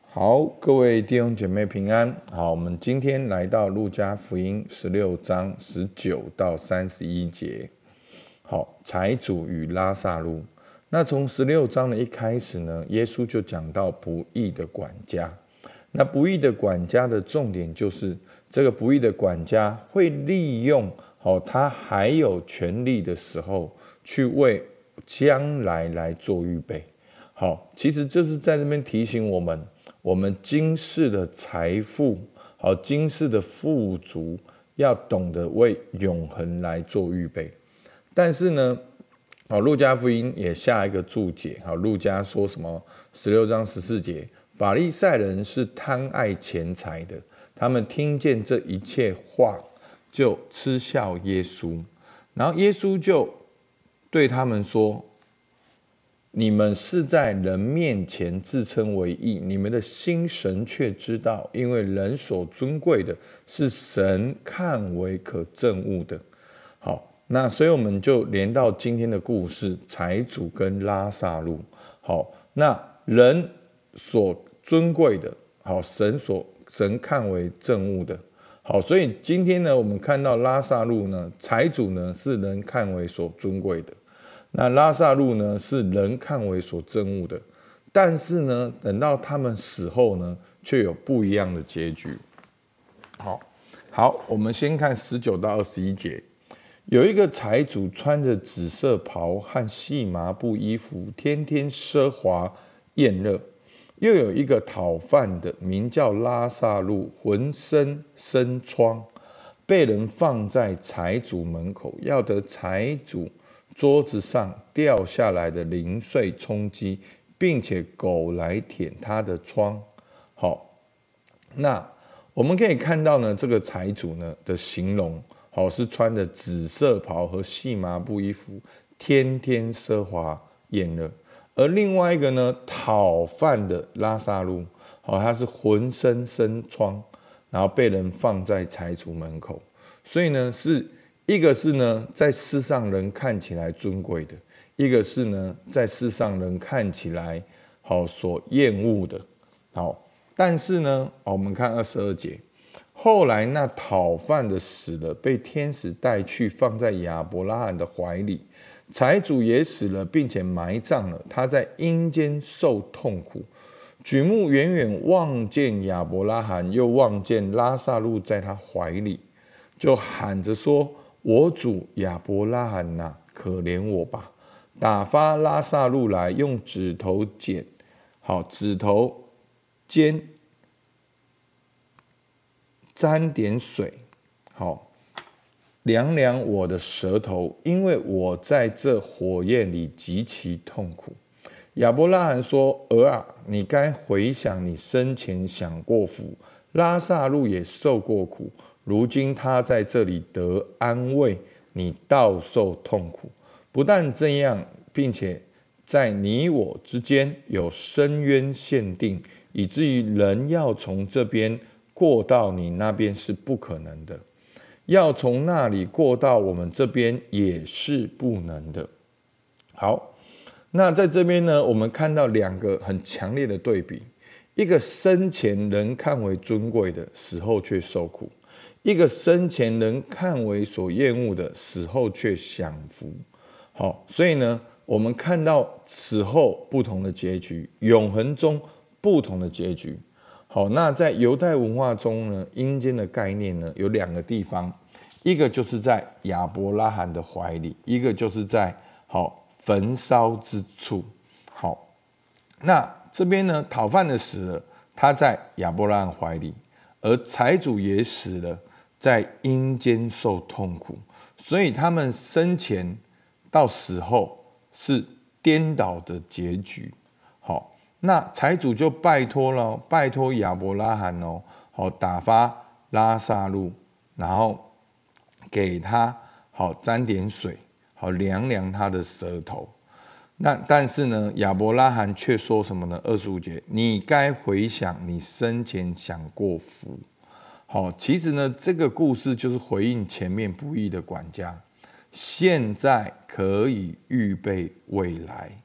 好，各位弟兄姐妹平安。好，我们今天来到路加福音16章19到31节。好，财主与拉撒路。那从16章的一开始呢，耶稣就讲到不义的管家。那不义的管家的重点就是，这个不义的管家会利用他还有权利的时候，去为将来来做预备。好，其实就是在这边提醒我们今世的财富，今世的富足，要懂得为永恒来做预备。但是呢，路加福音也下一个注解，路加说什么？16章14节，法利赛人是贪爱钱财的，他们听见这一切话，就嗤笑耶稣。然后耶稣就对他们说：你们是在人面前自称为义，你们的心神却知道，因为人所尊贵的是神看为可憎恶的。好，那所以我们就连到今天的故事，财主跟拉撒路。好，那人所尊贵的，好，神看为憎恶的。好，所以今天呢，我们看到拉撒路呢，财主呢是人看为所尊贵的。那拉撒路呢，是人看为所憎恶的，但是呢，等到他们死后呢，却有不一样的结局。好，我们先看19到21节。有一个财主穿着紫色袍和细麻布衣服，天天奢华宴乐。又有一个讨饭的，名叫拉撒路，浑身生疮，被人放在财主门口，要得财主桌子上掉下来的零碎充饥，并且狗来舔他的疮。好，那我们可以看到呢，这个财主呢的形容，是穿着紫色袍和细麻布衣服，天天奢华宴乐。而另外一个呢，讨饭的拉撒路，他是浑身生疮，然后被人放在财主门口。所以呢，一个是呢，在世上人看起来尊贵的，一个是呢，在世上人看起来所厌恶的。好，但是呢，我们看22节，后来那讨饭的死了，被天使带去放在亚伯拉罕的怀里。财主也死了，并且埋葬了，他在阴间受痛苦。举目远远望见亚伯拉罕，又望见拉撒路在他怀里，就喊着说：我主亚伯拉罕哪，可怜我吧！打发拉撒路来，用指头尖沾点水，凉凉我的舌头，因为我在这火焰里极其痛苦。亚伯拉罕说：儿啊，你该回想你生前享过福，拉撒路也受过苦，如今他在这里得安慰，你倒受痛苦。不但这样，并且在你我之间有深渊限定，以至于人要从这边过到你那边是不可能的，要从那里过到我们这边也是不能的。好，那在这边呢，我们看到两个很强烈的对比：一个生前人看为尊贵的，死后却受苦；一个生前人看为所厌恶的，死后却享福。好，所以呢，我们看到死后不同的结局，永恒中不同的结局。好，那在犹太文化中呢，阴间的概念呢有两个地方，一个就是在亚伯拉罕的怀里，一个就是在焚烧之处。好，那这边呢，讨饭的死了，他在亚伯拉罕怀里，而财主也死了，在阴间受痛苦。所以他们生前到死后是颠倒的结局。好，那财主就拜托亚伯拉罕打发拉撒路，然后给他沾点水，凉凉他的舌头。但是呢，亚伯拉罕却说什么呢？25节，你该回想你生前享过福。其实呢，这个故事就是回应前面不义的管家，现在可以预备未来。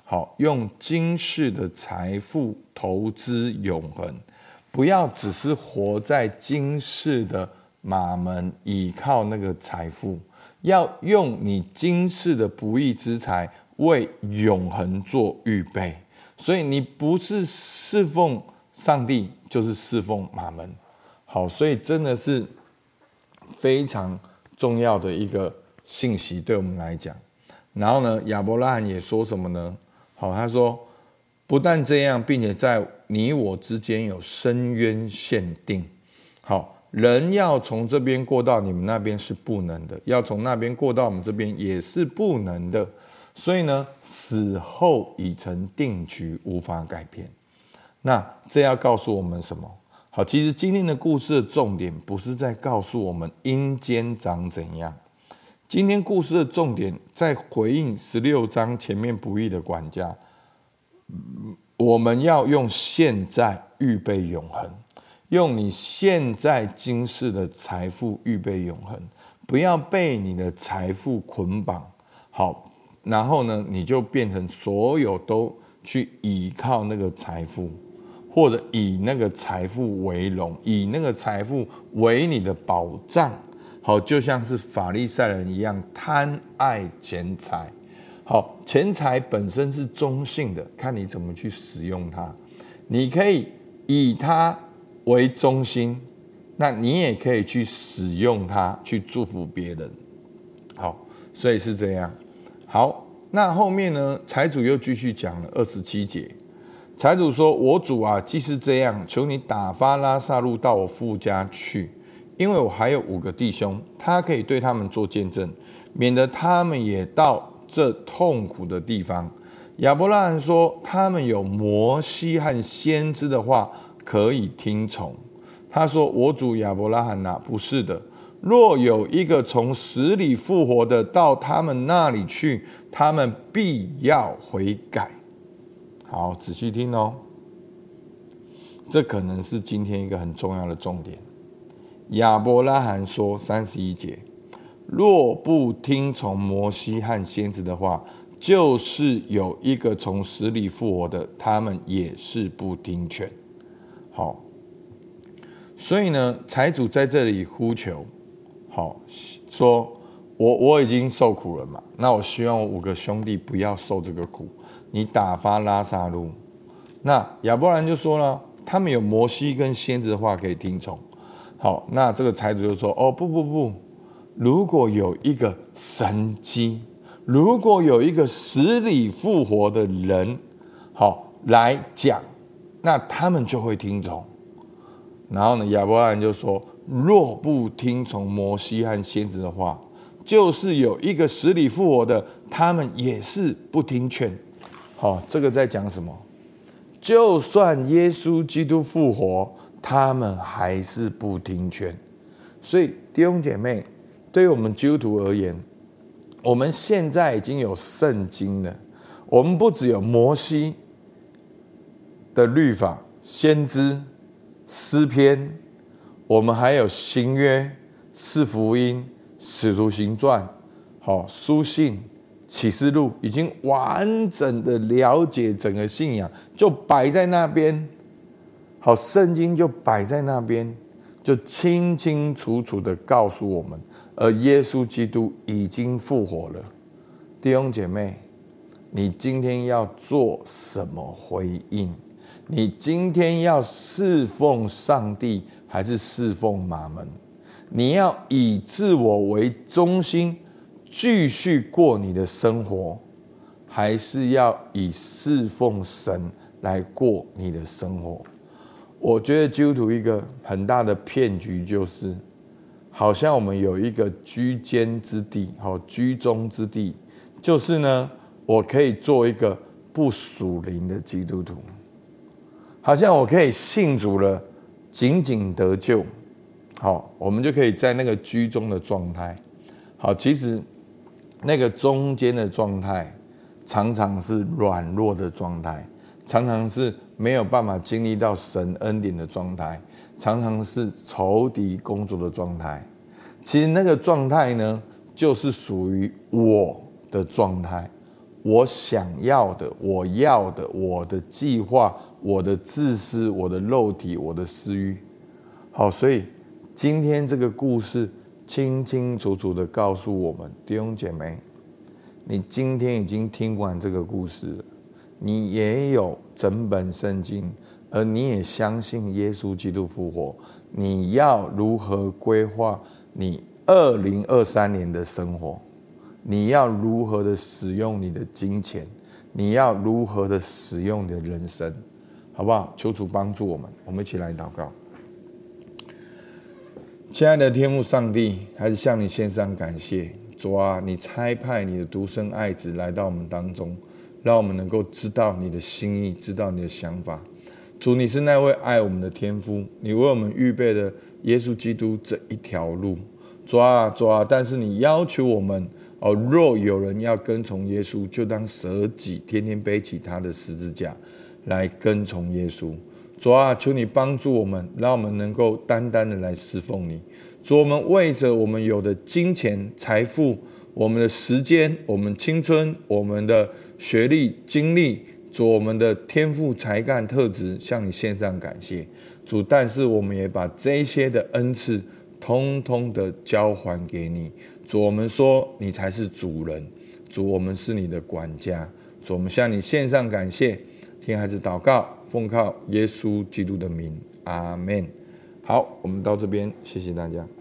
好，用今世的财富投资永恒，不要只是活在今世的马门，依靠那个财富，要用你今世的不义之财为永恒做预备。所以你不是侍奉上帝，就是侍奉马门。好，所以真的是非常重要的一个信息对我们来讲。然后呢，亚伯拉罕也说什么呢？好，他说不但这样，并且在你我之间有深渊限定。好，人要从这边过到你们那边是不能的，要从那边过到我们这边也是不能的。所以呢，死后已成定局，无法改变。那这要告诉我们什么？好，其实今天的故事的重点不是在告诉我们阴间长怎样，今天故事的重点在回应16章前面不义的管家。我们要用现在预备永恒，用你现在今世的财富预备永恒，不要被你的财富捆绑。好，然后呢，你就变成所有都去依靠那个财富，或者以那个财富为荣，以那个财富为你的保障。好，就像是法利赛人一样，贪爱钱财。好，钱财本身是中性的，看你怎么去使用它。你可以以它为中心，那你也可以去使用它去祝福别人。好，所以是这样。好，那后面呢，财主又继续讲了27节。财主说：“我主啊，既是这样，求你打发拉撒路到我父家去，因为我还有5个弟兄，他可以对他们做见证，免得他们也到这痛苦的地方。”亚伯拉罕说：“他们有摩西和先知的话可以听从。”他说：“我主亚伯拉罕啊，不是的。若有一个从死里复活的到他们那里去，他们必要悔改。”好，仔细听哦，这可能是今天一个很重要的重点。亚伯拉罕说31节：“若不听从摩西和先知的话，就是有一个从死里复活的，他们也是不听劝。”好，所以呢，财主在这里呼求，好说我已经受苦了嘛，那我希望我5个兄弟不要受这个苦，你打发拉撒路。那亚伯兰就说了，他们有摩西跟先知的话可以听从。好，那这个财主就说：“哦，不，如果有一个神迹，如果有一个死里复活的人，好来讲，那他们就会听从。”然后呢，亚伯兰就说：“若不听从摩西和先知的话，就是有一个死里复活的，他们也是不听劝。”好，这个在讲什么？就算耶稣基督复活，他们还是不听劝。所以弟兄姐妹，对于我们基督徒而言，我们现在已经有圣经了，我们不只有摩西的律法、先知、诗篇，我们还有新约、四福音、使徒行传、好书信、启示录，已经完整的了解整个信仰，就摆在那边。好，圣经就摆在那边，就清清楚楚的告诉我们，而耶稣基督已经复活了。弟兄姐妹，你今天要做什么回应？你今天要侍奉上帝，还是侍奉马门？你要以自我为中心继续过你的生活，还是要以侍奉神来过你的生活？我觉得基督徒一个很大的骗局就是，好像我们有一个居间之地，居中之地，就是呢，我可以做一个不属灵的基督徒，好像我可以信主了，仅仅得救，好，我们就可以在那个居中的状态。好，其实那个中间的状态，常常是软弱的状态，常常是没有办法经历到神恩典的状态，常常是仇敌工作的状态。其实那个状态呢，就是属于我的状态， 我想要的、我要的、我的计划、我的自私、我的肉体、我的私欲。好，所以今天这个故事清清楚楚的告诉我们，弟兄姐妹，你今天已经听完这个故事了，你也有整本圣经，而你也相信耶稣基督复活，你要如何规划你2023年的生活？你要如何的使用你的金钱？你要如何的使用你的人生？好不好？求主帮助我们，我们一起来祷告。亲爱的天父上帝，还是向你献上感谢。主啊，你差派你的独生爱子来到我们当中，让我们能够知道你的心意，知道你的想法。主，你是那位爱我们的天父，你为我们预备了耶稣基督这一条路。主啊，但是你要求我们，若有人要跟从耶稣，就当舍己，天天背起他的十字架来跟从耶稣。主啊，求你帮助我们，让我们能够单单的来侍奉你。主，我们为着我们有的金钱、财富、我们的时间、我们青春、我们的学历、经历，主，我们的天赋、才干、特质，向你献上感谢。主，但是我们也把这些的恩赐通通的交还给你。主，我们说你才是主人。主，我们是你的管家。主，我们向你献上感谢。听孩子祷告，奉靠耶稣基督的名，阿们。好，我们到这边，谢谢大家。